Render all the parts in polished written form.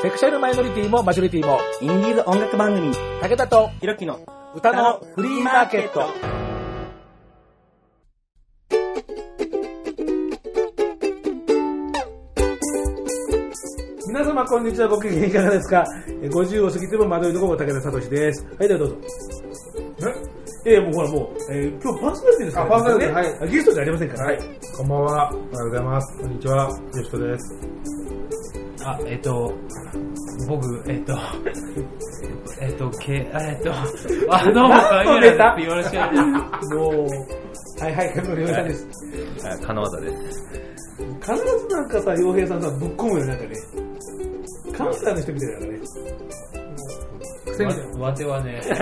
セクシャルマイノリティもマジョリティもインディーズ音楽番組武田とひろきの歌のフリーマーケット。皆様こんにちは。ご機嫌いかがですか。50を過ぎても惑いの午後、武田聡です。はい、ではどうぞ。もうほらもう、今日パーソナリティですからね。 パーソナリティ、はい。 ゲストじゃありませんから。 はい。こんばんは。おはようございます。こんにちは。よしとです。 僕、どうも、かゆらです。よろしくお願いします。 もう、はい、かゆらです。 金和田です。 必ずなんかさ、洋平さんさ、ぶっ込むよ、なんかね。関西の人みたいだからね。 わてはね。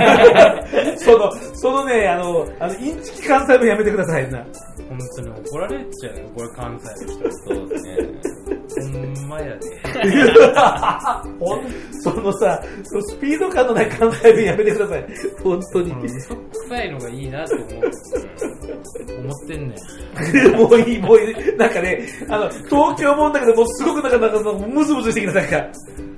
そのね、インチキ関西弁やめてくださいな。 本当に怒られちゃうよ、これ関西の人。そうですね。ほんまやで。 そのさ、スピード感のない関西弁やめてください。本当に。 嘘くさいのがいいなと思ってんねん。 もういい。なんかね、東京もんだけど、もうすごくなんかムズムズしてきた、なんか。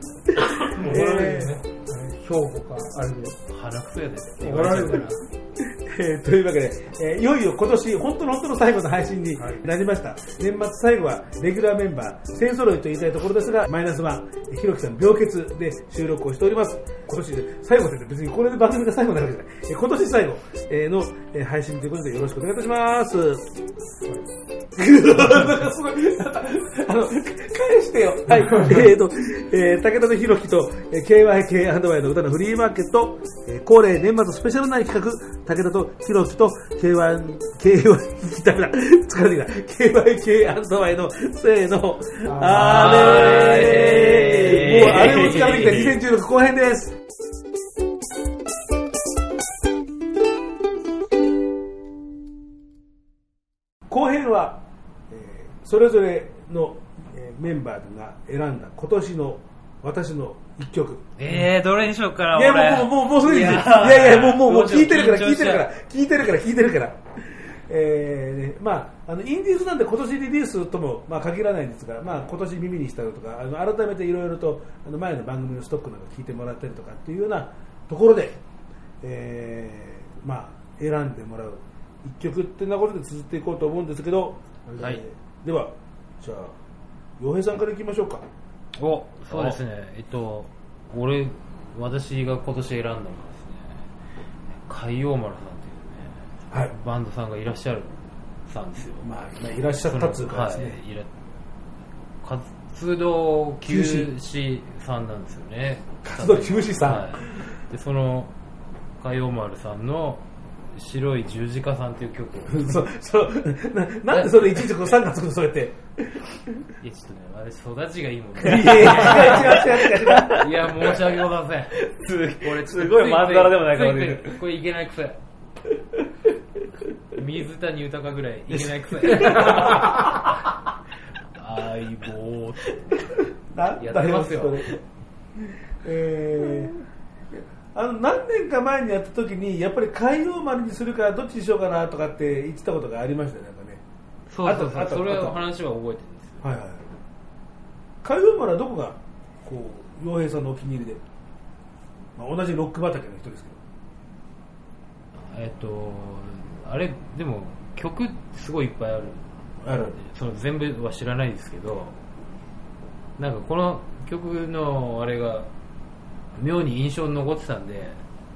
兵庫か、あれで。 鼻くそやでって言怒られるかな。 というわけで、いよいよ今年本当の最後の配信になりました。年末最後はレギュラーメンバー勢揃いと言いたいところですが、マイナスワンひろきさん病欠で収録をしております。今年で最後って別にこれで番組が最後になるわけじゃない。今年最後の配信ということでよろしくお願いいたします。なんかすごい返してよ。はい。武田とひろきと KYK&Y の歌のフリーマーケット、恒例年末スペシャルな企画、武田とひろきと KY ダメだ。疲れてきた。KYK&Y のせーの。あれもうあれを使ってきた2016後編です。後編は、それぞれの、メンバーが選んだ今年の私の一曲。 どれにしようかな。 いやもうそれでいい。いやもう聞いてるから。まあインディーズなんで今年リリースともまあ限らないんですが、まあ今年耳にしたとか、改めていろいろと前の番組のストックなんか聞いてもらったりとかっていうようなところで、まあ選んでもらう一曲ってなことで綴っていこうと思うんですけど、 はい。 ではじゃあ洋平さんからいきましょうか。 そうですね。私が今年選んだのはですね、海洋丸さんというね、はい、バンドさんがいらっしゃるさんですよ。 まあいらっしゃったっていうかですね。 活動休止さんなんですよね。 活動休止さん。 はい。でその海洋丸さんの白い十字架さんっていう曲をなんでそれいちいち3月くそれって。 いやちょっとね、私育ちがいいもんね。 違う。 いや申し訳ございません。 これすごいまんざらでもないからね。 これいけないくせ。水谷豊ぐらいいけないくせ。相棒やってますよ。 何年か前にやった時にやっぱり海洋丸にするかどっちにしようかなとかって言ってたことがありましたね。なんかね。 そうそれの話は覚えてるんですよ。 はい。海洋丸はどこがこう洋平さんのお気に入りで、まあ、同じロック畑の人ですけど。 あれでも曲すごいいっぱいある。その全部は知らないですけど、なんかこの曲のあれが妙に印象に残ってたんで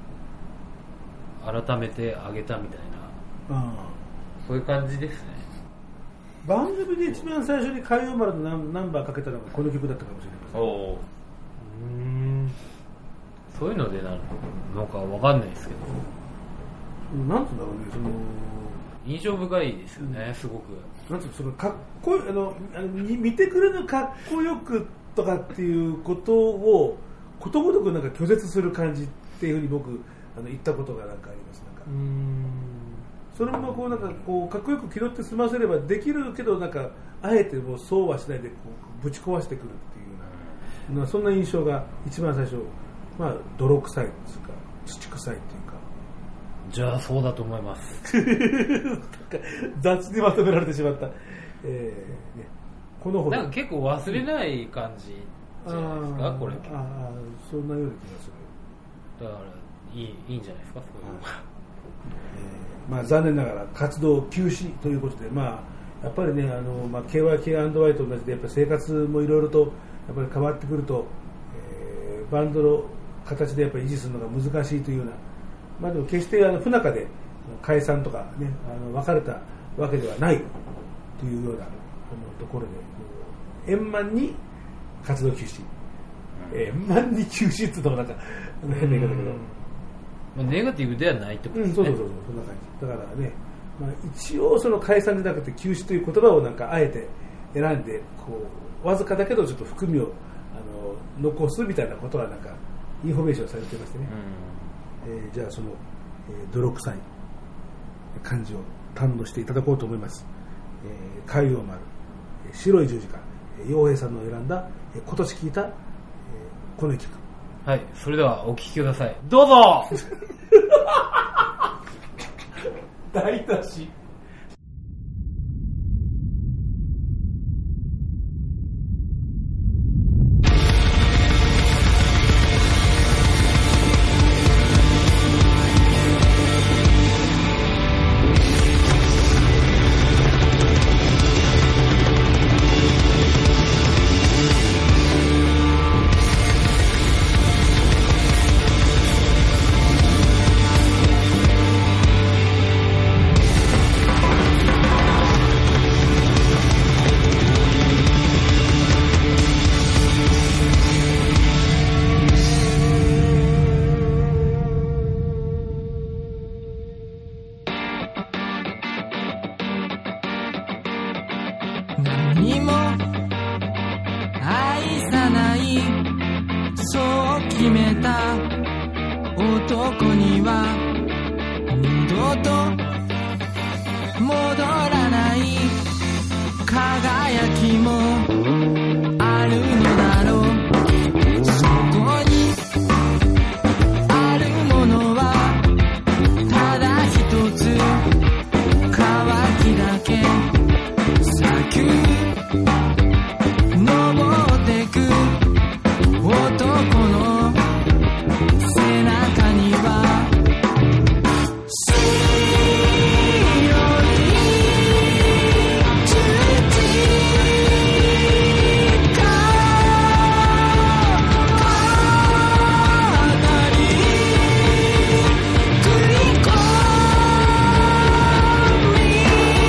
改めてあげたみたいな、そういう感じですね。 番組で一番最初に海洋丸のナンバーかけたのがこの曲だったかもしれないです。 そういうのでなるのかわかんないですけど、 なんていうんだろうね、 印象深いですよね、すごく。 なんていうそのかっこいい見てくれるかっこよくとかっていうことをことごとくなんか拒絶する感じっていうふうに僕言ったことがなんかあります。なんかそのままこうなんかこうかっこよく気取って済ませればできるけど、なんかあえてもうそうはしないでこうぶち壊してくるっていうようなそんな印象が一番最初、まあ泥臭いですか土臭いっていうか。 じゃあそうだと思います。 雑にまとめられてしまった。ね、このほどなんか結構忘れない感じじゃないですか、これ。 そんなような気がする。だからいいんじゃないですか、そういうまあ、残念ながら活動休止ということで、まあ、やっぱりねKYK&Y と同じでやっぱり生活もいろいろとやっぱり変わってくると、バンドの形でやっぱり維持するのが難しいというような、まあ、でも決して不仲で解散とか、ね、別れたわけではないというようなところで円満に活動休止、円満に休止っていうのもなんか変な言い方だけど、 まあ、ネガティブではないってことですね。 そうそんな感じだからね、まあ、一応その解散じゃなくて休止という言葉をなんかあえて選んでこうわずかだけどちょっと含みを残すみたいなことはなんかインフォメーションされてましてね、じゃあその、泥臭い感じを堪能していただこうと思います。海洋丸、白い十字架、陽平さんの選んだ、今年聴いた、この曲。 はい、それではお聴きください。どうぞ大出し。 何も愛さないそう決めた男には二度と戻らない輝きもあるのだろう。そこにあるものはただ一つ乾きだけ登ってく男の背中には白い十字架かなり繰り込み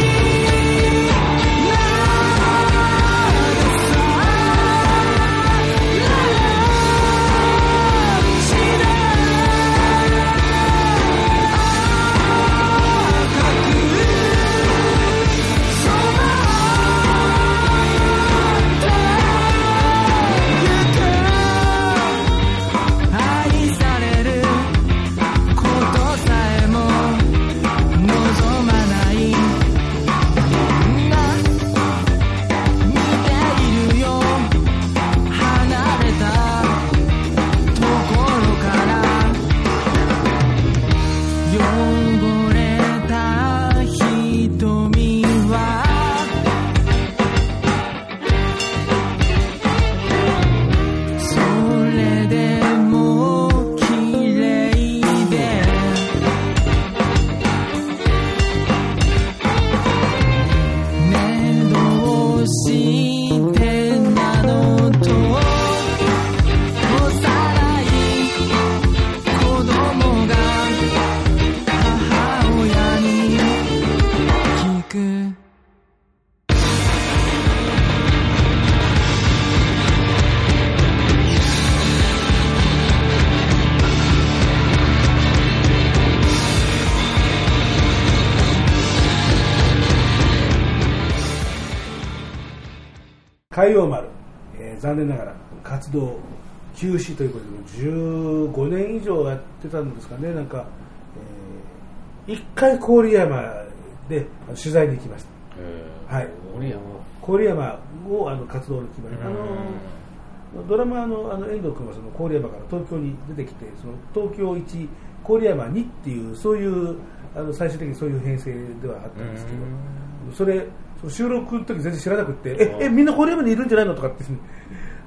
海洋丸、残念ながら活動休止ということで15年以上やってたんですかね。なんか、1回郡山で取材に行きました。はい、郡山を活動に来ました。ドラマの遠藤君はその郡山から東京に出てきて、その東京1郡山2っていうそういう最終的にそういう編成ではあったんですけど、それ収録の時全然知らなくて、みんな郡山にいるんじゃないのとかって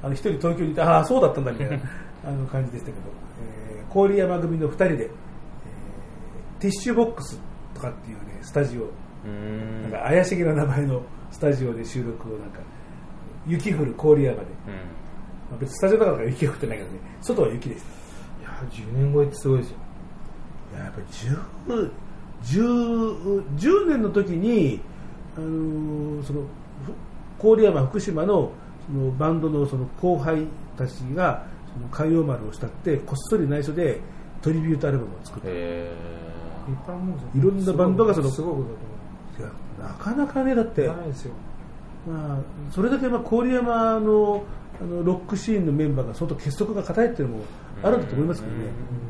一人東京にいて、ああそうだったんだみたいな感じでしたけど、郡山組の2人で、ティッシュボックスとかっていうねスタジオ、なんか怪しげな名前のスタジオで収録をなんか雪降る郡山で、まあ、別にスタジオだから雪降ってないけどね、外は雪でした。 いや10年超えってすごいですよ。 いややっぱり10年の時に、その郡山福島のそのバンドのその後輩たちがその海洋丸を慕ってこっそり内緒でトリビュートアルバムを作って、いろんなバンドがそのすごいことだと思う。 いやなかなかね、だってないですよ。 まあ、それだけ郡山のロックシーンのメンバーが相当結束が固いっていうのもあるんだと思いますけどね。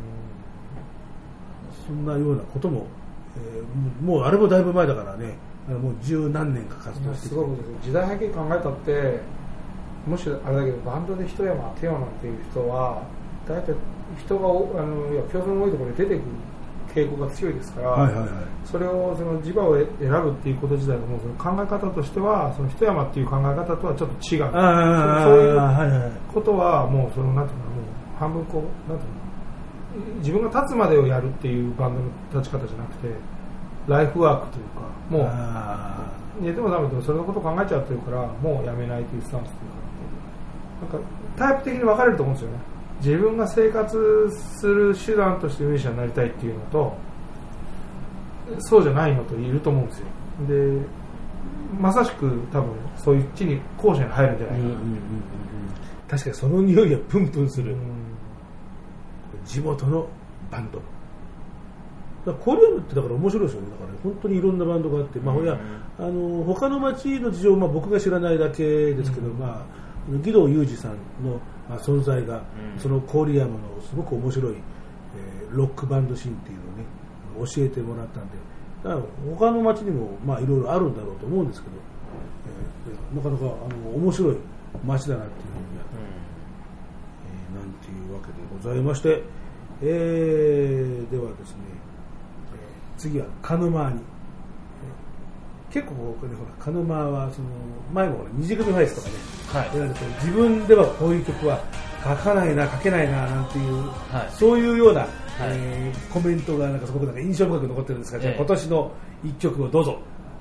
そんなようなことも、もうあれもだいぶ前だからね、もう十何年か活動してきて、 すごいことですよ。時代背景考えたって、もしあれだけどバンドで一山当てようなんていう人は大体人が競争の多いところで出てくる傾向が強いですから、それをその磁場を選ぶっていうこと自体のもうその考え方としてはその一山っていう考え方とはちょっと違う。そういうことはもうそのなんていうかもう半分こうなんていうの自分が立つまでをやるっていうバンドの立ち方じゃなくてライフワークというかもう寝てもダメでもそれのことを考えちゃってるからもうやめないというスタンスというかなんかタイプ的に分かれると思うんですよね。自分が生活する手段としてミュージシャンになりたいっていうのとそうじゃないのといると思うんですよ。でまさしく多分そういう地に後者に入るんじゃないかな、 確かにその匂いがプンプンする、地元のバンド郡山ってだから面白いですよね。だから本当にいろんなバンドがあって、まあ他の町の事情、まあ、僕が知らないだけですけど、まあ、義堂裕二さんの、まあ、存在が、その郡山のすごく面白い、ロックバンドシーンっていうのをね教えてもらったんで、だから他の町にもまあいろいろあるんだろうと思うんですけど、なかなか面白い町だなっていうふうには、なんていうわけでございまして、ではですね、次は鹿沼に、結構これほら鹿沼はその前もほら二次組ファイスとかね、やると自分ではこういう曲は書かないな書けないななんていう、そういうような、コメントがなんかすごくなんか印象深く残ってるんですが、じゃあ今年の一曲をどうぞ。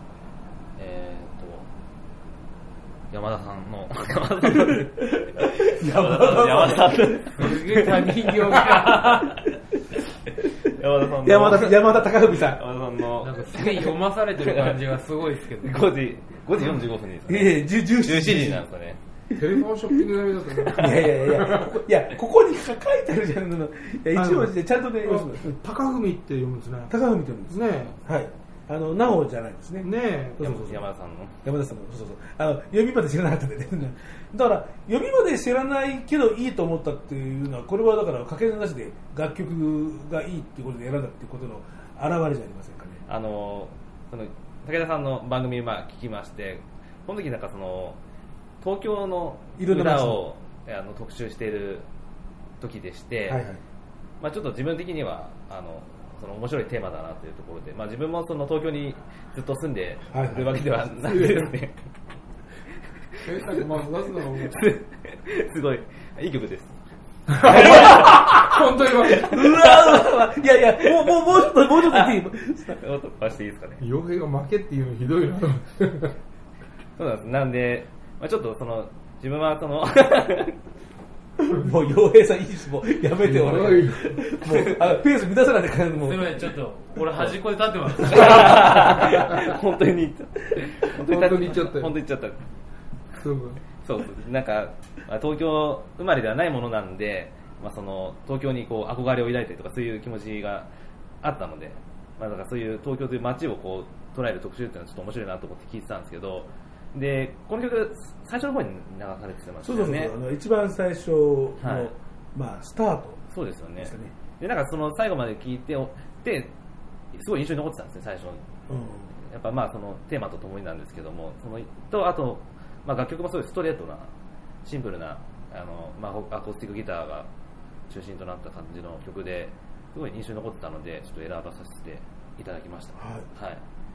山田さんの山田さんすげえ他人行が山田貴文さん。 山田さんのなんかすげえ読まされてる感じがすごいですけど、5時45分でいいですかね。17時なんですかね。 テレフォンショッピング並みだったね。 いやここに書いてあるじゃん。いや一応ちゃんとね、 高文って読むんですね。 高文って読むんですね。はい。なおじゃないですね。 ねえ。 山田さんの。 そう。読みまで知らなかったんでね。だから読みまで知らないけどいいと思ったっていうのは、これはだからかけなしで楽曲がいいっていうことで選んだっていうことの表れじゃありませんかね。 その武田さんの番組聞きまして、この時なんかその東京の裏を特集している時でして、まあちょっと自分的にはその面白いテーマだなというところで、まあ、自分もその東京にずっと住んでいるわけではなくてですね、すごいいい曲です。 本当にうわいやもうちょっと言っていい？ 音貸していいですかね。 傭兵が負けっていうのひどいな。 そうなんです。なんで、まあ、ちょっとその自分はそのもう洋平さんいいです。もうやめて俺。もうペース乱さないでからもう。 すみません、ちょっと俺端っこで立ってます。本当に言っちゃった。そうなんか東京生まれではないものなんで、まあ、その東京にこう憧れを抱いたりとかそういう気持ちがあったので、まあ、だからそういう東京という街をこう捉える特集っていうのはちょっと面白いなと思って聞いてたんですけど、でこの曲最初の方に流されてましたよね。 そう一番最初の、まあ、スタート、 そうですよね。でなんかその最後まで聞いてすごい印象に残ってたんですね、最初に。やっぱまあそのテーマとともになんですけども、あと、まあ、楽曲もすごいストレートなシンプルなまあ、アコースティックギターが中心となった感じの曲ですごい印象に残ってたので、ちょっと選ばさせていただきました。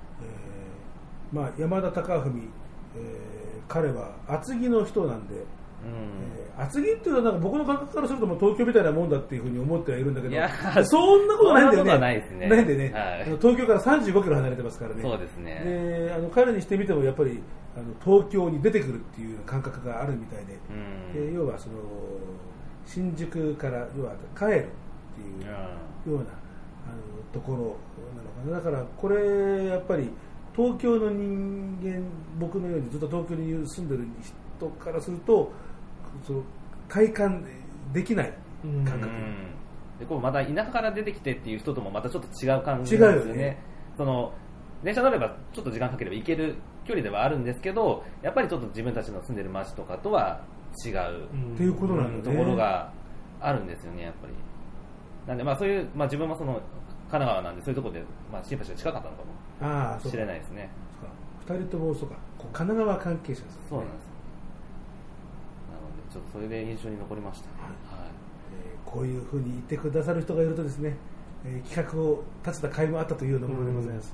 まあ、山田貴文、彼は厚木の人なんで、 厚木っていうのはなんか僕の感覚からするともう東京みたいなもんだっていうふうに思ってはいるんだけど、そんなことないんだよね。 ないですね。 ないんでね、東京から35キロ離れてますからね。 そうですね。 で彼にしてみてもやっぱり東京に出てくるっていう感覚があるみたいで、要はその新宿から要は帰るっていうようなところなのかな。だからこれやっぱり東京の人間、僕のようにずっと東京に住んでる人からするとそう体感できない感覚、 でこうまた田舎から出てきてっていう人ともまたちょっと違う感じなんですよね。その電車乗ればちょっと時間かければ行ける距離ではあるんですけど、やっぱりちょっと自分たちの住んでる街とかとは違うっていうことなんだね。 ところがあるんですよね、やっぱり。なんでそういう自分もその神奈川なんでそういうところで新橋が近かったのかもしれないですね。 2人ともそうか、神奈川関係者ですね。 そうなんです。ちょっとそれで印象に残りました、 こういうふうに言ってくださる人がいるとですね、企画を立てた甲斐もあったというようなものでございます、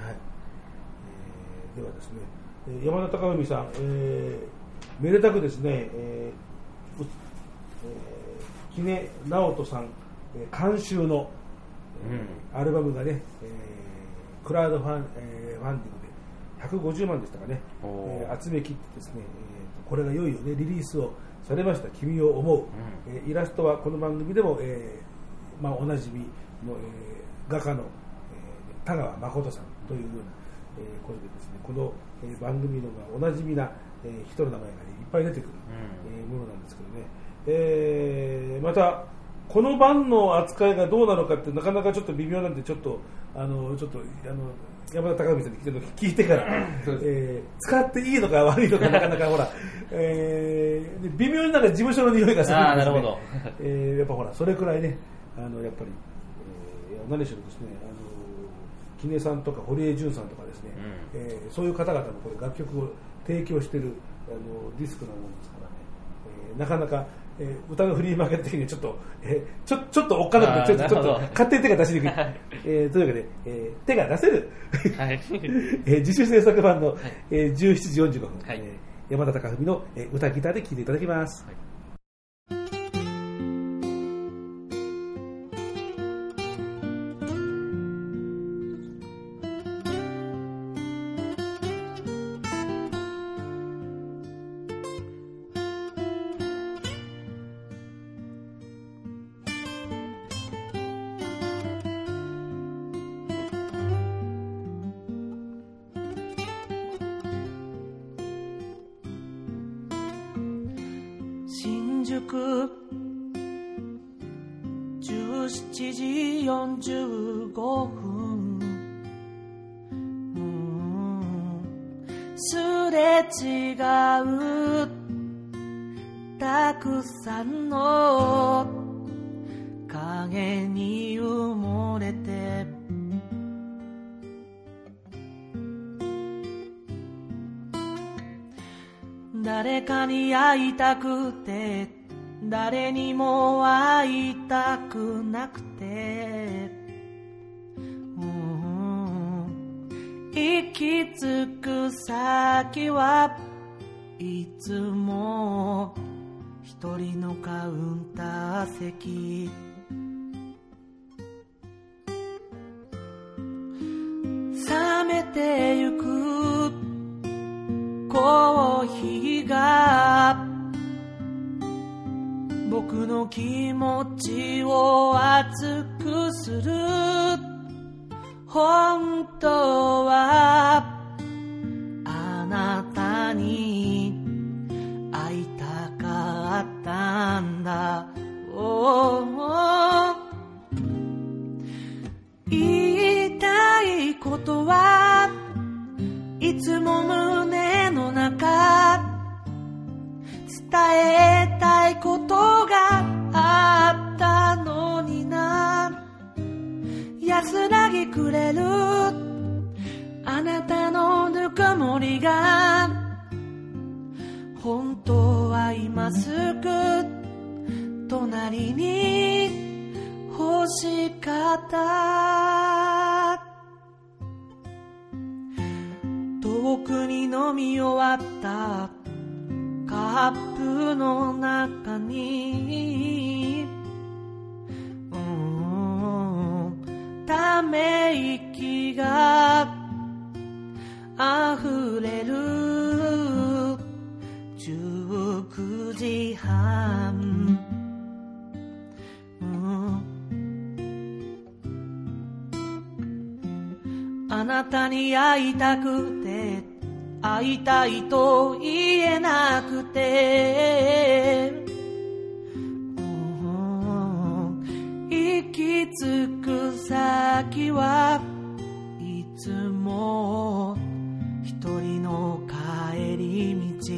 ではですね、山田孝文さん、めでたくですね、木根直人さん監修の、アルバムがね、クラウドファンディングで150万でしたかね、集め切ってですね、これがいよいよねリリースをされました君を思う、イラストはこの番組でも、おなじみの、画家の、田川誠さんというような、これでですねこの、番組のおなじみな、人の名前が、いっぱい出てくる、ものなんですけどね、またこの版の扱いがどうなのかってなかなかちょっと微妙なんでちょっと山田孝文さんに聞いてから、使っていいのか悪いのかなかなかほら、微妙になんか事務所の匂いがするんですね。 なるほど。 やっぱほらそれくらいねやっぱり、何しろですね木根さんとか堀江潤さんとかですね、そういう方々もこれ楽曲を提供しているディスクなものですからね、なかなか歌のフリーマーケット的にちょっとおっかなくてちょっと勝手に手が出しにくい、というわけで、手が出せる、自主制作版の、17時45分、山田孝文の、歌ギターで聴いていただきます。 新宿17時45分、すれ違うたくさんの影に埋もれて、誰かに会いたくて誰にも会いたくなくて、行き着く先はいつも一人のカウンター席、冷めてゆくコーヒーが僕の気持ちを熱くする、本当はあなたに会いたかったんだ、言いたいことはいつも胸の中、伝えたいことがあったのにな、安らぎくれるあなたのぬくもりが本当は今すぐ隣に欲しかった。遠くに飲み終わったカカップの中にため息が溢れる19時半、あなたに会いたくて会いたいと言えなくて、行き着く先はいつも一人の帰り道、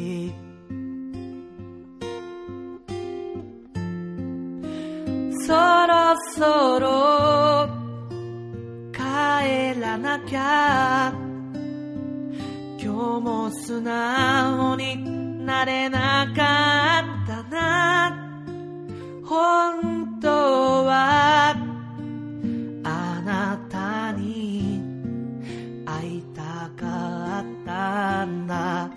そろそろ帰らなきゃ、今日も素直になれなかったな、本当はあなたに会いたかったんだ、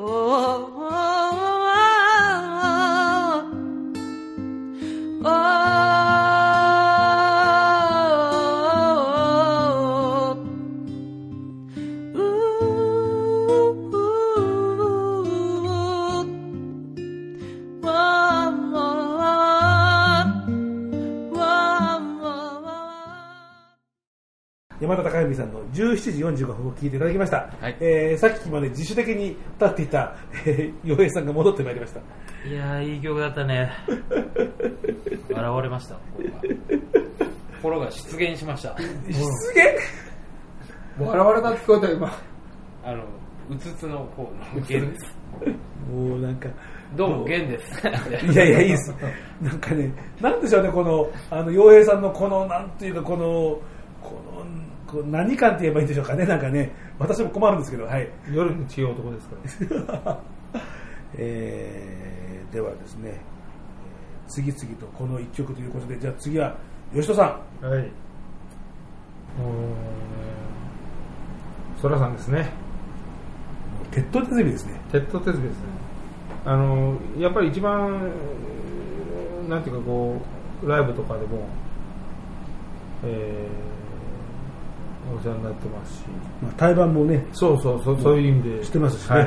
山田孝之さんの17時45分を聞いていただきました、 はい。 さっきまで自主的に歌っていた洋平さんが戻ってまいりました。 いやー、いい曲だったね。現れました、心が出現しました。 出現もう現れたって聞こえたよ今。 うつつの方の弦です。 もうなんかどうも弦です。 いやいや、いいです。なんかね、なんでしょうね、この洋平さんのこのなんていうかこの何感って言えばいいんでしょうかね、なんかね、私も困るんですけど、はい。 夜に違う男ですから。 ではですね、次々とこの一曲ということで、じゃあ次は吉戸さん。 はい。ソラさんですね。 鉄頭鉄尾ですね。 鉄頭鉄尾ですね。やっぱり一番なんていうかこうライブとかでも、お世話になってますし、 まあ、対バンもね、 そういう意味でしてますしね、 はい、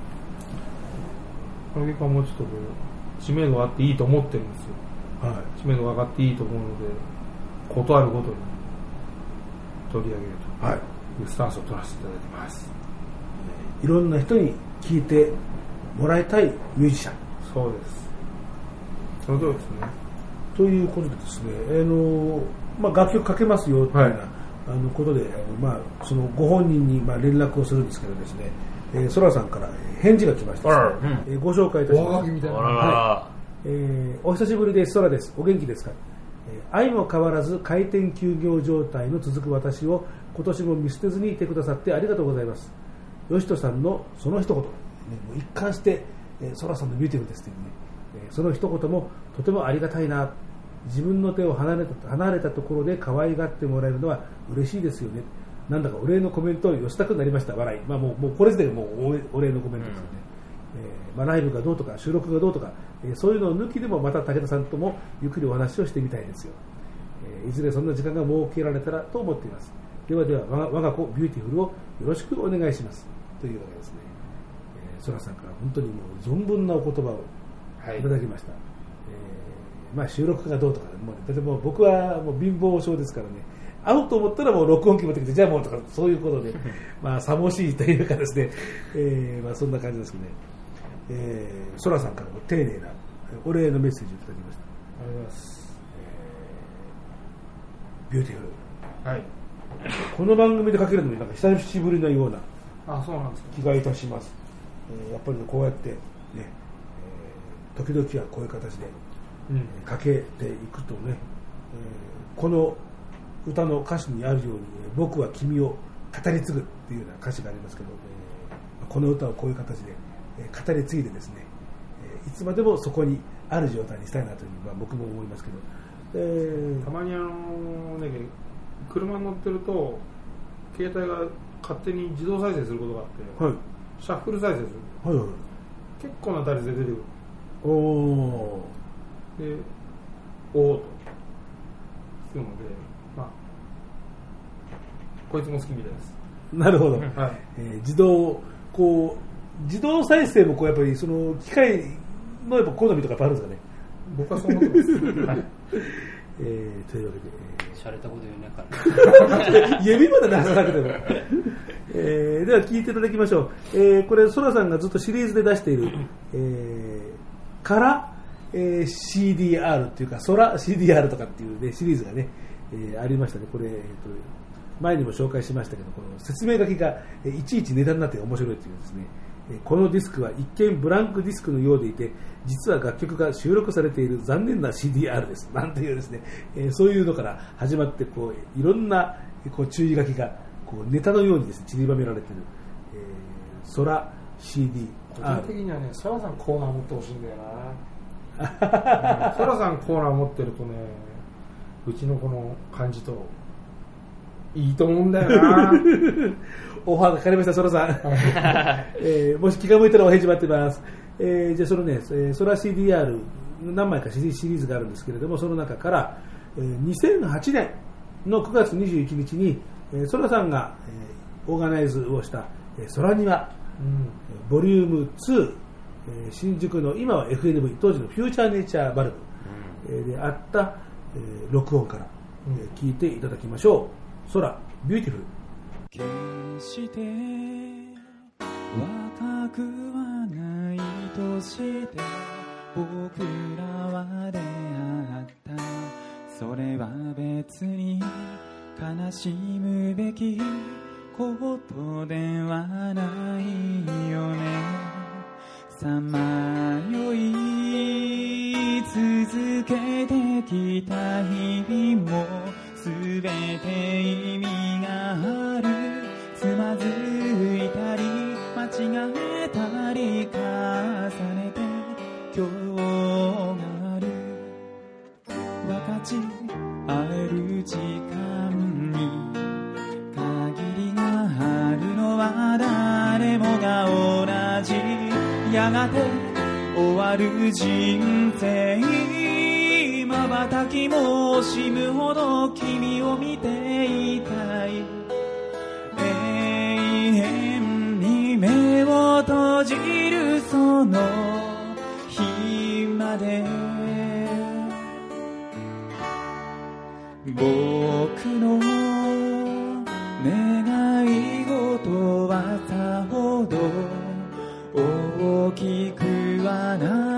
この曲はもうちょっとこう知名度があっていいと思ってるんですよ、はい、知名度が上がっていいと思うので、ことあるごとに取り上げるというスタンスを取らせていただいてます。 いろんな人に聴いてもらいたいミュージシャン。 そうです、その通りですね。 ということでですね、まあ、楽曲かけますよというような、ことで、まあ、そのご本人にまあ連絡をするんですけどですね、ソラさんから返事が来ました、ご紹介いたします。お久しぶりです、ソラです。お元気ですか。愛も変わらず開店休業状態の続く私を今年も見捨てずにいてくださってありがとうございます。吉戸さんのその一言、もう一貫してソラさんのビューティフルですというね、その一言もとてもありがたいな。自分の手を離れたところで可愛がってもらえるのは嬉しいですよね。なんだかお礼のコメントを寄せたくなりました。笑い。まあもうこれでもうお礼のコメントですよね。まあ、ライブがどうとか収録がどうとか、そういうのを抜きでもまた武田さんともゆっくりお話をしてみたいですよ。いずれそんな時間が設けられたらと思っています。では我が子ビューティフルをよろしくお願いしますというわけですね。ソラさんから本当にもう存分なお言葉をいただきました。まあ、収録がどうとか、だってもう僕はもう貧乏症ですからね、会うと思ったらもう録音機持ってきて、じゃあもうとか、そういうことで、まあ、さもしいというかですね、まあ、そんな感じですけどね、ソラさんからも丁寧なお礼のメッセージをいただきました。 ありがとうございます。 ビューティフル。 はい。 この番組でかけるのもなんか久しぶりのようなそうなんですか。 気がいたします。やっぱりこうやってね、時々はこういう形で、かけていくとね、この歌の歌詞にあるように、僕は君を語り継ぐっていうような歌詞がありますけど、この歌をこういう形で語り継いでですね、いつまでもそこにある状態にしたいなというのは僕も思いますけど、 たまに車に乗ってると携帯が勝手に自動再生することがあって、シャッフル再生する、 結構な打率で出てくる。 おおで、おおとするので、まあ、こいつも好きみたいです。 なるほど、 はい。 自動再生もこうやっぱりその機械のやっぱ好みとかやっぱあるんですかね。 僕はそう思ってます。はい。 というわけで、 しゃれたこと言うねから指まで出さなくても、では聞いていただきましょう。これソラさんがずっとシリーズで出している、から、CDR っていうかソラ CDR とかっていう、ね、シリーズがね、ありましたね。これ、前にも紹介しましたけど、この説明書きがいちいち値段になって面白いというですね。このディスクは一見ブランクディスクのようでいて、実は楽曲が収録されている残念な CDR です。なんていうですね、そういうのから始まって、こういろんなこう注意書きがこうネタのようにですね散りばめられている、ソラ CDR。 個人的にはね、ソラさんコーナー持ってほしいんだよな。ソラさんコーナー持ってるとね、うちのこの感じといいと思うんだよな。 オファーがかかりました、ソラさん。もし気が向いたらお返事待ってます。じゃあそのね、ソラ CDR 何枚かシリーズがあるんですけれども、その中から、2008年の9月21日に、ソラさんが、オーガナイズをしたソラニワ、ボリューム2、新宿の今は FNV 当時のフューチャーネイチャーバルブ、であった、録音から、聞いていただきましょう。ソラビューティフル。 決して若くはないとして僕らは出会った。それは別に悲しむべきことではないよね。さまよい続けてきた日々もすべて意味がある。つまずいたり間違えたり重ねて今日がある。分かち合える時間に限りがあるのは誰もが同じ。やがて終わる人生、瞬きも惜しむほど君を見ていたい。永遠に目を閉じるその日まで、僕の願い事はさほど大きくはない。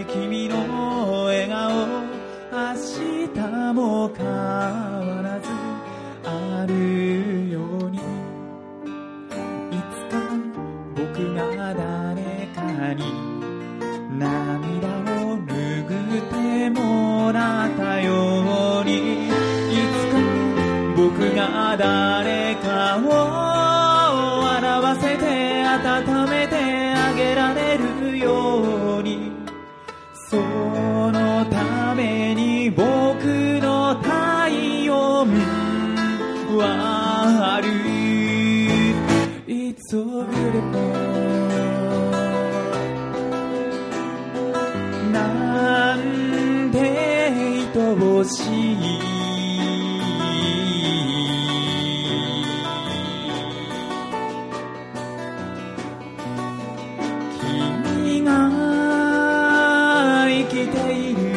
君の笑顔明日も変わらずあるように。いつか僕が誰かに涙を拭ってもらったように、いつか僕が誰かを笑わせて温めてあげられるように。そのために僕の体温はある。 It's so beautiful。 なんて愛しい。君が生きている。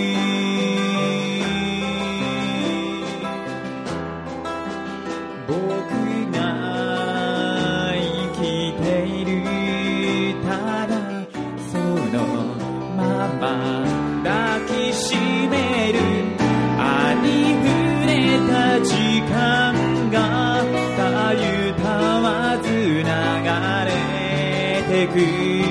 僕が生きている。ただそのまま抱きしめる。ありふれた時間がたゆたわず流れてく。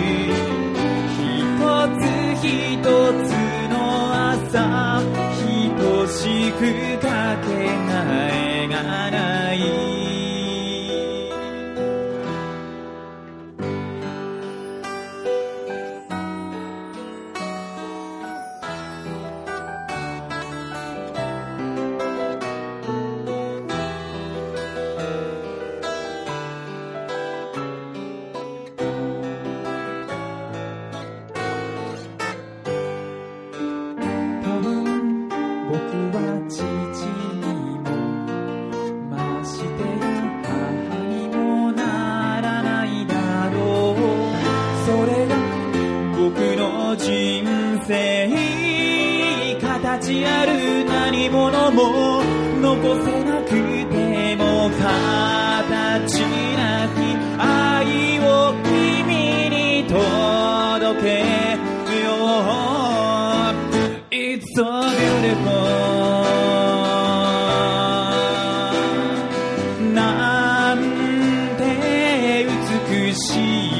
一つ一つの朝、等しくかけがえがない。 い形ある何者も残せなくても形なき愛を君に届けよう It's so beautiful なんて美しい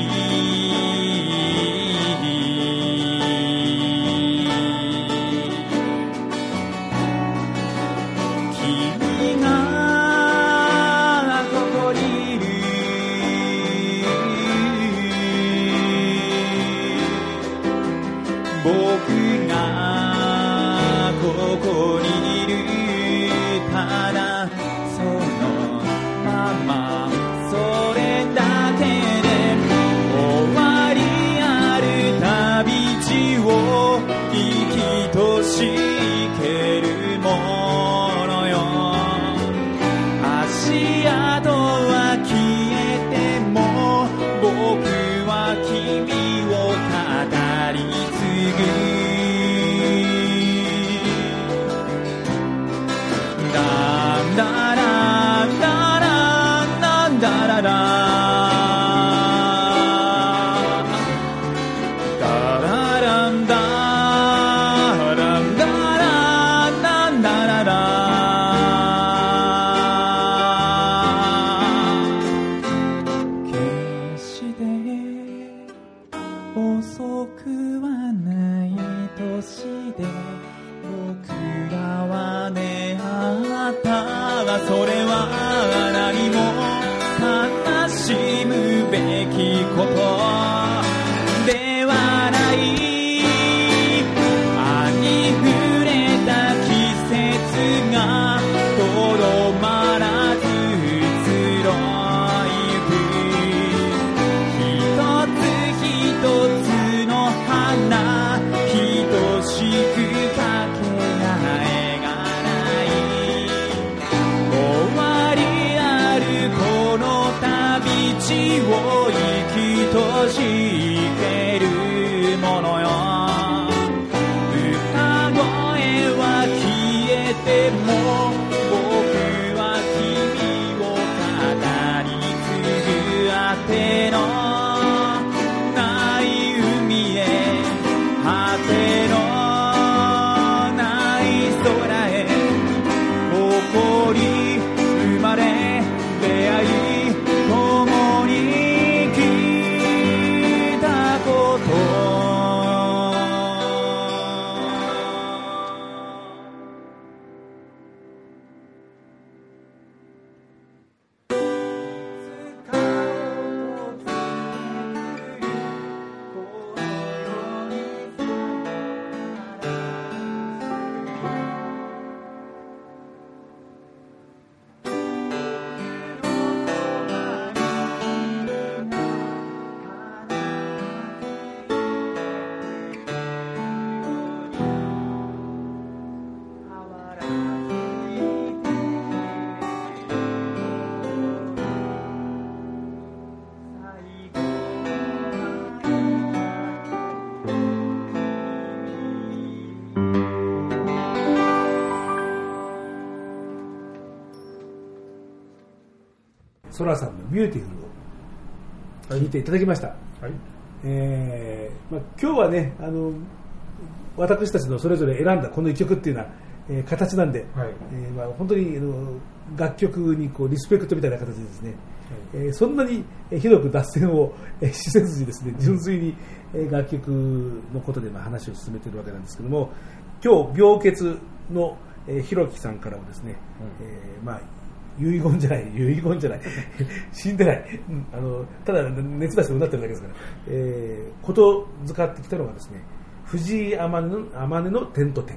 ソラさんのビューティフルを聞いていただきました。 はい。 今日はね、私たちのそれぞれ選んだこの一曲っていうような、形なんで、 はい。 本当に楽曲にこうリスペクトみたいな形でですね、そんなにひどく脱線をしせずにですね、純粋に楽曲のことで話を進めているわけなんですけども、今日病欠のひろきさんからもですね、遺言じゃない死んでない、ただ熱出してうなってるだけですから、ことづかってきたのがですね、藤井天音の点と点、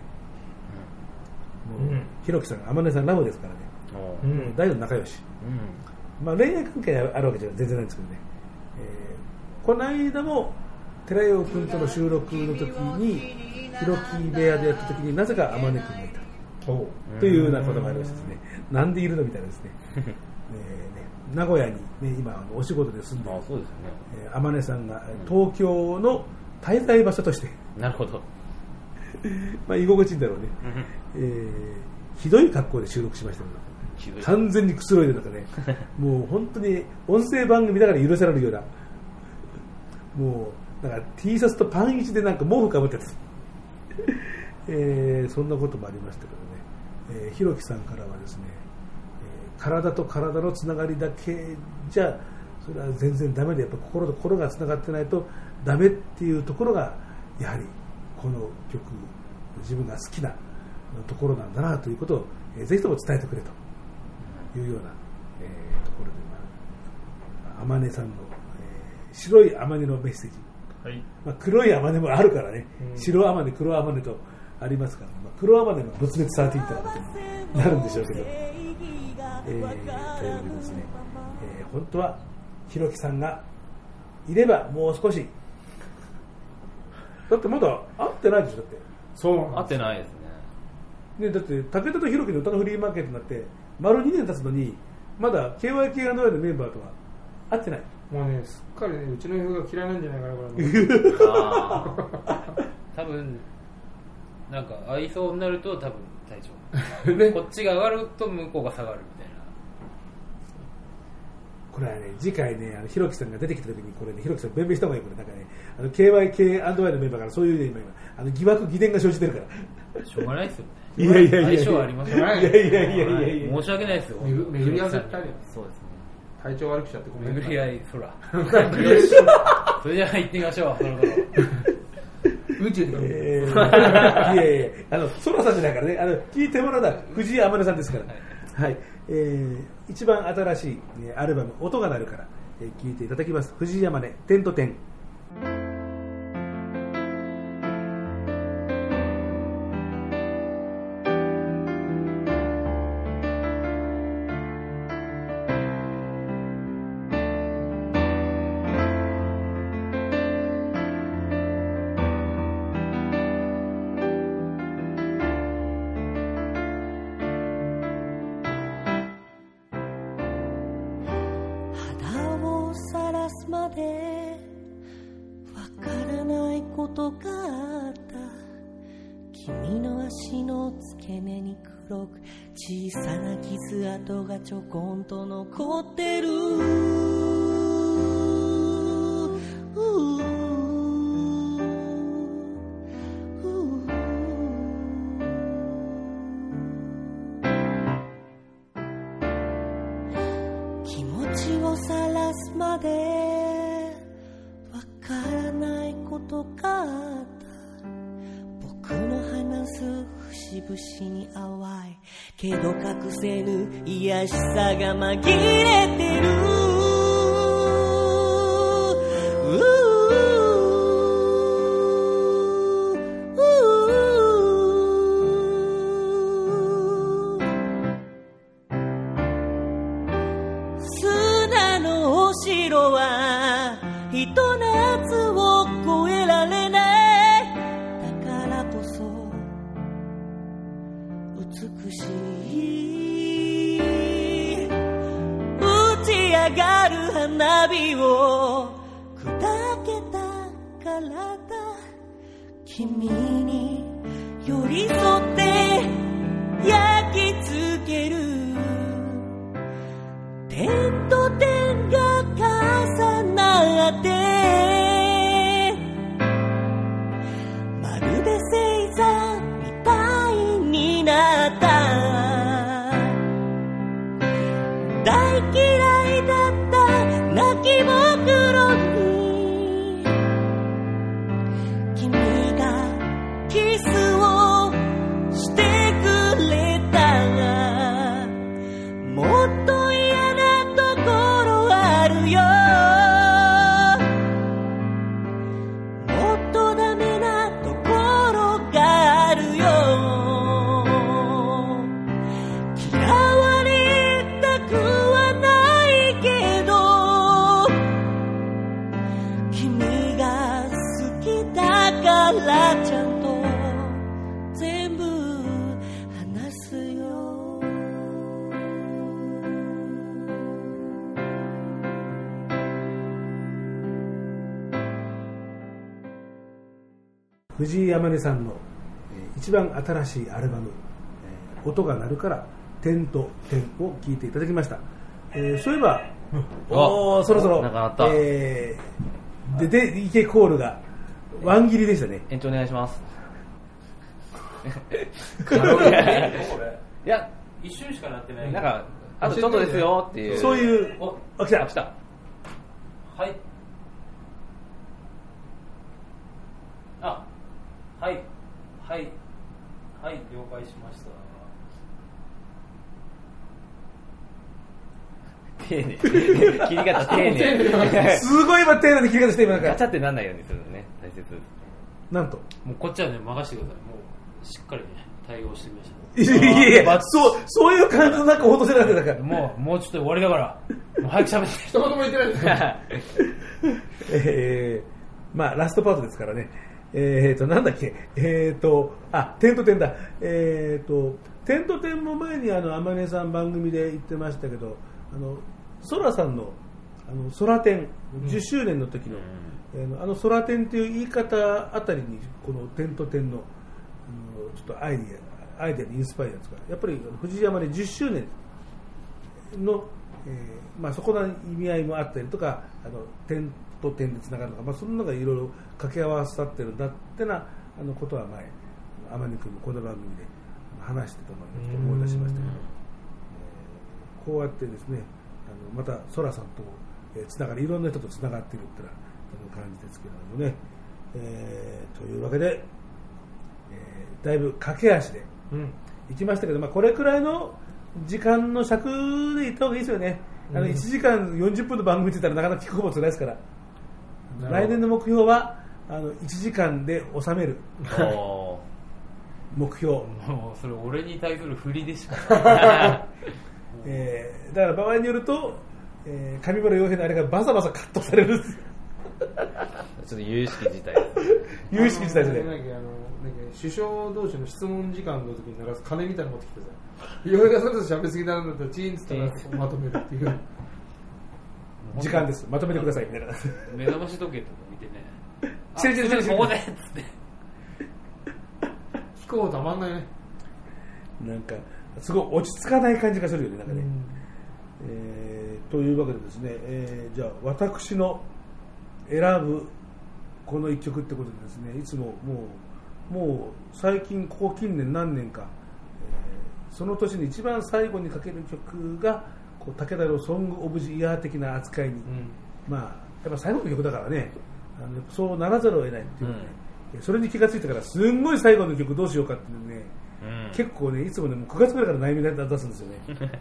ひろきさんが天音さんラブですからね、大の仲良し、恋愛関係あるわけじゃ全然ないんですけどね、この間も寺代君との収録の時にひろき部屋でやった時になぜか天音君がいたというようなことがありましてですね、なんでいるのみたいなですね、名古屋に、今お仕事で住んでいる天音さんが東京の滞在場所として、 なるほどまあ居心地いいんだろうね、ひどい格好で収録しましたけど、完全にくつろいでなんかねもう本当に音声番組だから許されるような、もうなんか T シャツとパン一でなんか毛布かぶってたそんなこともありましたけどね、ひろきさんからはですね、体と体のつながりだけじゃそれは全然ダメで、やっぱ心と心がつながってないとダメっていうところがやはりこの曲自分が好きなところなんだなということを、ぜひとも伝えてくれというような、ところで、あまねさんの、白いあまねのメッセージ、はい、黒いあまねもあるからね、白あまね黒あまねとありますから、黒あまねの仏滅されていったことになるんでしょうけど、というわけでですね、本当はひろきさんがいればもう少し、だってまだ会ってないでしょ。だってそうなんです、 会ってないですね。 だって武田とひろきの歌のフリーマーケットになって丸2年経つのにまだ KYK&Y のメンバーとは会ってない。 もうね、すっかりね、うちの人が嫌いなんじゃないかなこれ多分なんか合いそうになると多分大丈夫こっちが上がると向こうが下がるみたいな。 これはね、次回ね、ひろきさんが出てきた時にこれね、ひろきさん弁明した方がいい。これなんかね、KYK&Y のメンバーからそういうね、今疑惑疑念が生じてるから。 しょうがないですよね。 いやいやいや、 相性ありますよね。 いやいやいやいや、 申し訳ないですよ。 巡り合わせ2人。 そうですね。 体調悪くしちゃってごめんなさい。 巡り合い、そら。それじゃあ行ってみましょう。そろそろ。 宇宙で。 いやいや、ソラさんじゃないからね、聞いてもらうのは藤井天音さんですから。はい。一番新しいアルバム、音が鳴るから、聴いていただきます。藤井天音、点と点。 までわからないことがあった。君の足の付け根に黒く小さな傷跡がちょこんと残ってる。気持ちをさらすまでわからないことがあった。僕の話す節々に淡いけど隠せぬ癒しさが紛れてる。砂のお城はひと夏を越えられない。だからこそ美しい打ち上がる花火を砕けたからだ。君に寄り添って焼き付ける点と点が重なってまるで星座みたいになった。大嫌いだった泣きぼくろに君がキスをしてくれた。もっと嫌なところあるよ。もっとダメなところがあるよ。嫌われたくはないけど君が好きだからちゃんと全部話すよ。 藤井天音さんの、 一番新しいアルバム、音が鳴るから点と点を聴いていただきました。そういえば、そろそろ、 なんか鳴った、 で池コールがワン切りでしたね。 延長お願いします。いや、 一瞬しかなってない。 なんかあとちょっとですよっていう、 そういう、来た。 はい。はい、了解しました。 丁寧切り方丁寧すごい今丁寧に切り方して今なんかガチャってなんないようにするのね、大切。 なんともうこっちはね任せてください。もうしっかりね対応してみました。 いやそういう感じのなんか落とせなくてだからもうちょっと終わりだからもう早く喋って一言も言ってないですまあラストパートですからね。なんだっけ、点と点だ。点と点も前に天音さん番組で言ってましたけど、ソラさんのソラテン10周年の時の、ソラテンという言い方あたりにこの点と点のちょっとアイデアにインスパイアですから、やっぱり藤山で10周年の、そこの意味合いもあったりとか、点と点でつながるとか、そんなのがいろいろ掛け合わさってるんだってなことは前天音君もこの番組で話してたのを思い出しましたけど、こうやってですねまたソラさんとつながりいろんな人とつながっているっていう感じですけれどもね、というわけで、だいぶ駆け足で行きましたけど、これくらいの時間の尺で行った方がいいですよね。1時間40分の番組って言ったらなかなか聞く方も辛いですから、来年の目標は1時間で収める目標。 もうそれ俺に対する振りでしかだから場合によると、上村洋平のあれがバサバサカットされるちょっと有識事態有識事態ですね。 首相同士の質問時間の時に鳴らす鐘みたいなの持ってきてさ、洋平がそれと喋りすぎなんだったらチーンって言ったらまとめるっていう時間です、まとめてくださいみたいな。 目覚まし時計とか見てね違うここでっつって聞こうたまんないね。 なんかすごい落ち着かない感じがするよね、なんかね。というわけでですね、じゃあ私の選ぶこの一曲ってことでですね、いつももう最近ここ近年何年か、その年に一番最後にかける曲がこう武田のソングオブジイヤー的な扱いに、やっぱ最後の曲だからね、そうならざるを得ないっていうね、それに気がついてからすんごい最後の曲どうしようかっていうね、結構ねいつもねもう9月ぐらいから悩み出すんですよね。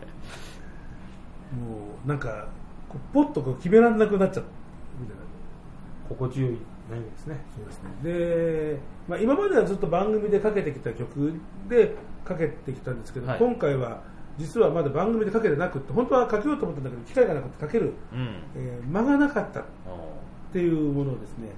もうなんかポッとこう決められなくなっちゃうみたいな。 心地よい悩みですね。 そうですね。で、今まではずっと番組でかけてきた曲でかけてきたんですけど、今回は実はまだ番組でかけてなくって、本当はかけようと思ったんだけど機会がなくてかける、間がなかったっていうものをですね、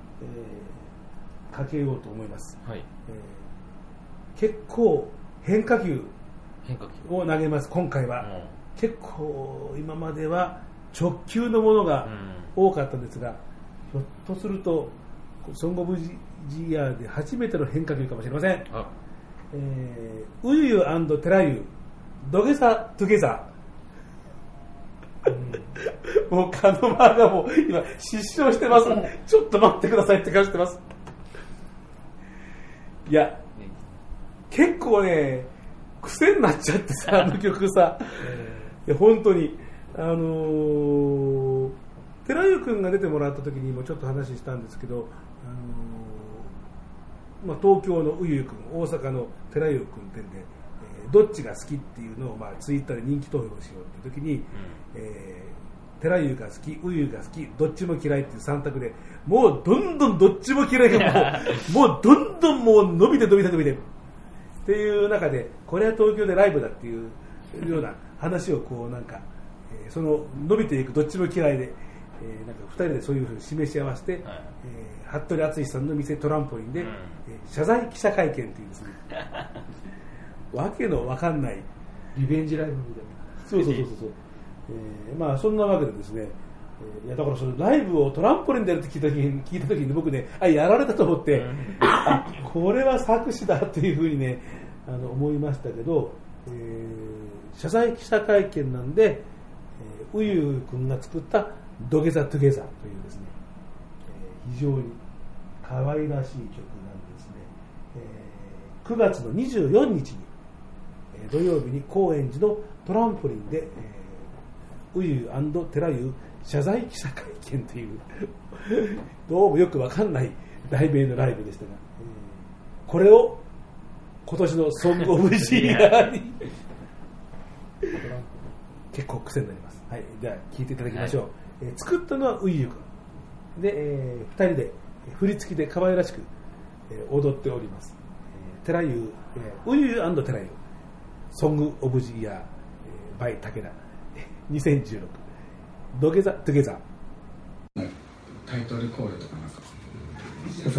かけようと思います。結構変化球を投げます。今回は、結構今までは直球のものが多かったんですが、ひょっとするとソングオブジイヤーで初めての変化球かもしれません。ウユユ&テラユ土下座トゥゲザー。もうカノマがもう今失笑してます。ちょっと待ってくださいって顔してます。いや結構ね癖になっちゃってさ、あの曲さ、いや本当に寺湯君が出てもらった時にもちょっと話したんですけど、東京のウユユ君、大阪の寺湯君ってんで、どっちが好きっていうのを、ツイッターで人気投票しようって時に、寺湯が好き、ウユユが好き、どっちも嫌いっていう3択で、もうどんどんどっちも嫌いがもうどんどんもう伸びてっていう中で、これは東京でライブだっていうような話をこうなんか、その伸びていくどっちも嫌いで、なんか2人でそういうふうに示し合わせて、服部敦さんの店トランポリンで、謝罪記者会見というですねわけのわかんないリベンジライブみたいな。 そう、そんなわけでですね、 いやだからそのライブをトランポリンでやるって聞いた時に僕ね、やられたと思って、これは作詞だっていうふうにね思いましたけど、謝罪記者会見なんで、ウユ君が作った土下座トゥゲザーというですね、非常に可愛らしい曲なんですね。9月の24日に、土曜日に高円寺のトランポリンで、ウユ&寺湯謝罪記者会見というどうもよくわかんない題名のライブでしたが、これを今年のソングオブジーヤーに結構癖になります。はい、では聴いていただきましょう。はい、作ったのはウユ君で、2人で振り付きで可愛らしく、踊っております。寺湯、ウユ&寺湯ソングオブジーヤー、by 武田2016土下座トゥゲザー。 タイトルコールとかなんか謝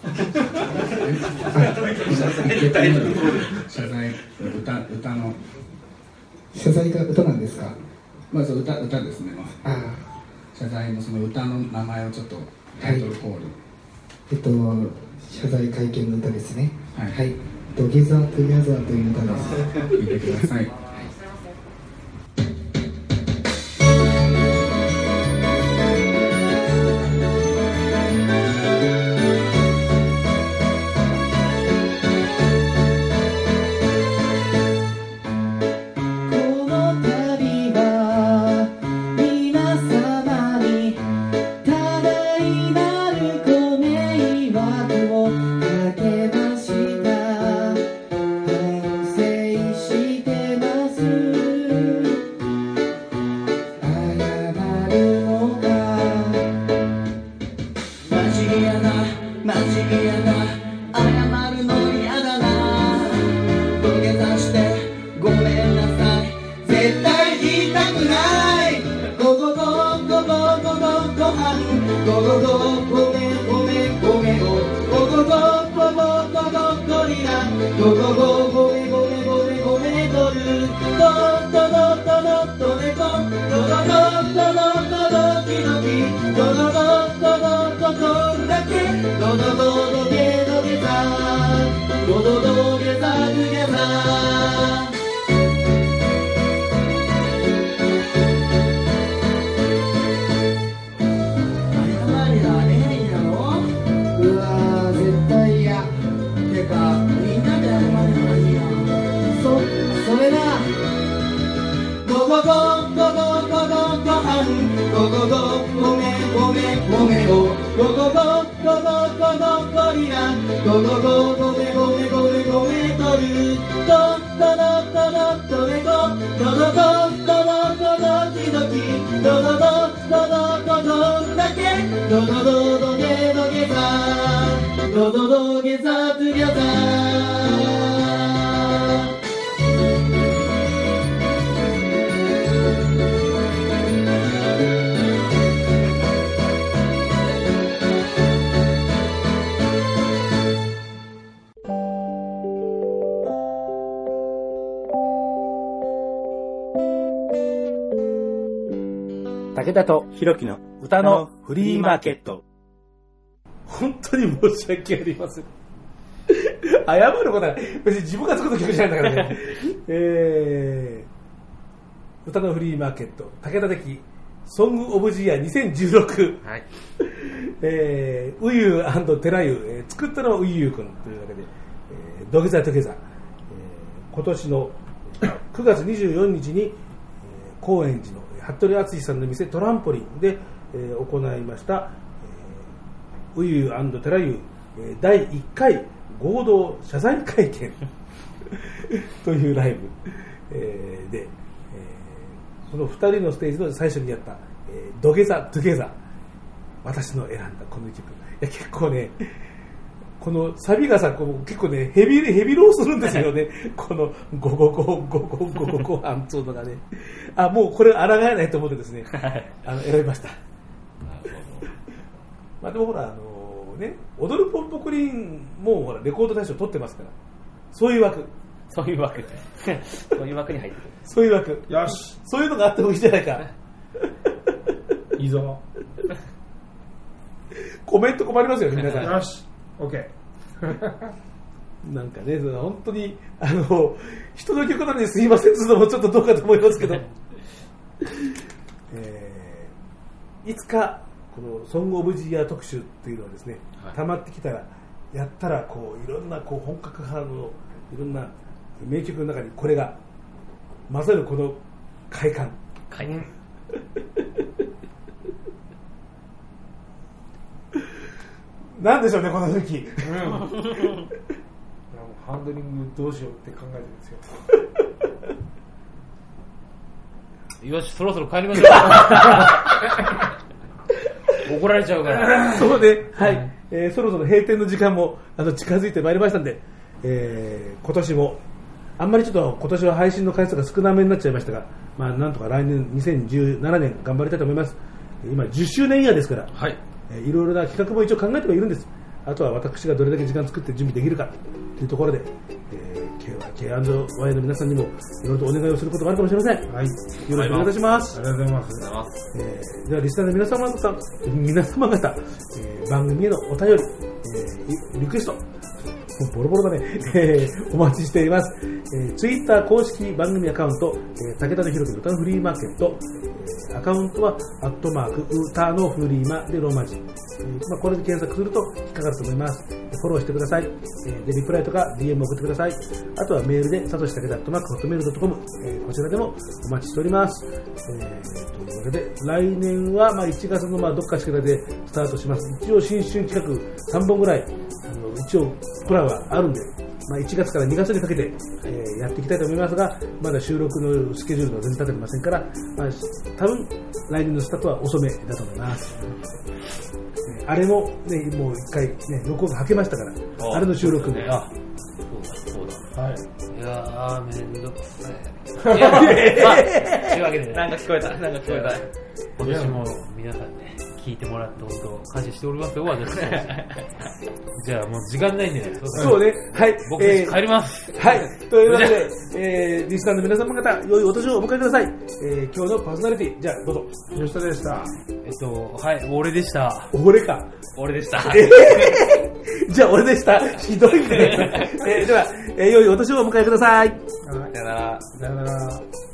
罪歌の謝罪が歌なんですか。 まず歌ですね。謝罪のその歌の名前をちょっとタイトルコール。 謝罪会見の歌ですね。 はい。 はい。土下座トゥギャザーという歌です。 聞いてください。 武田とひろきの歌のフリーマーケット。 本当に申し訳ありません。謝ることは別に自分が作った曲じゃないんだからね。歌のフリーマーケット武田的ソングオブジーヤー2016、はい、ウユ&寺湯、作ったのはウユ君というわけで、土下座トゥゲザー、今年の9月24日に高円寺の服部敦さんの店トランポリンで、行いました、ウユ&寺湯、第1回合同謝罪会見というライブ、で、この2人のステージの最初にやった、土下座トゥゲザー、私の選んだこの曲、いや結構ね、このサビがさ、結構ねヘビローするんですよね。このゴゴゴゴゴゴゴゴゴハンツーのがね、もうこれ抗えないと思ってですね、選びました。まあでもほらね、踊るポンポコリンもほらレコード大賞取ってますから、そういう枠そういう枠そういう枠に入ってくる。 そういう枠、よし、そういうのがあってもいいじゃないか。 いいぞ。 コメント困りますよね、皆さん。 よし、OK。 なんかね、その本当に人の曲なのにすいませんというのもちょっとどうかと思いますけど、いつかこのソングオブジイヤー特集っていうのはですね、溜まってきたらやったらこういろんなこう本格派のいろんな名曲の中にこれがまさにこの快感。なんでしょうね、この雰囲気。 ハンドリングどうしようって考えてるんですよ。 よし、そろそろ帰りましょう。怒られちゃうから。 そうね、はい。そろそろ閉店の時間も近づいてまいりましたんで、今年もあんまりちょっと今年は配信の回数が少なめになっちゃいましたが、まあなんとか来年2017年頑張りたいと思います。今10周年イヤーですから、はい、いろいろな企画も一応考えてはいるんです。あとは私がどれだけ時間作って準備できるかというところで、K&Y の皆さんにもいろいろとお願いをすることがあるかもしれません。はい、よろしくお願いいたします。 ありがとうございます。 ではリスナーの皆様方、番組へのお便り、リクエストボロボロだね、お待ちしています。ツイッター公式番組アカウント、武田のひろきの歌のフリーマーケット、アカウントは歌のフリーマでローマ字、これで検索すると引っかかると思います。フォローしてください。でリプライとか DM 送ってください。あとはメールでさとし武田@hotmail.com、こちらでもお待ちしております。というわけで来年は1月のどっかしらでスタートします。一応新春企画3本ぐらい一応プランはあるんで、1月から2月にかけて、やっていきたいと思いますが、まだ収録のスケジュールが全然立ててませんから、多分来年のスタートは遅めだと思います。あれも、ね、もう一回、ね、録音がはけましたから、あれの収録も。 そうだ。はい。いやー、めんどくさい。 というわけで、なんか聞こえた。 今年も皆さんね、聞いてもらって本当感謝しておりますよ、私。じゃあもう時間ないんでね。 そうね。はい。 僕たち帰ります。 はい。というわけで、リスナーの皆様方、良いお年をお迎えください。今日のパーソナリティ、じゃあどうぞ。 吉田でした。 はい、俺でした。 俺か。 俺でした。 じゃあ俺でした。ひどいね。では、良いお年をお迎えください。 さよなら。 さよなら。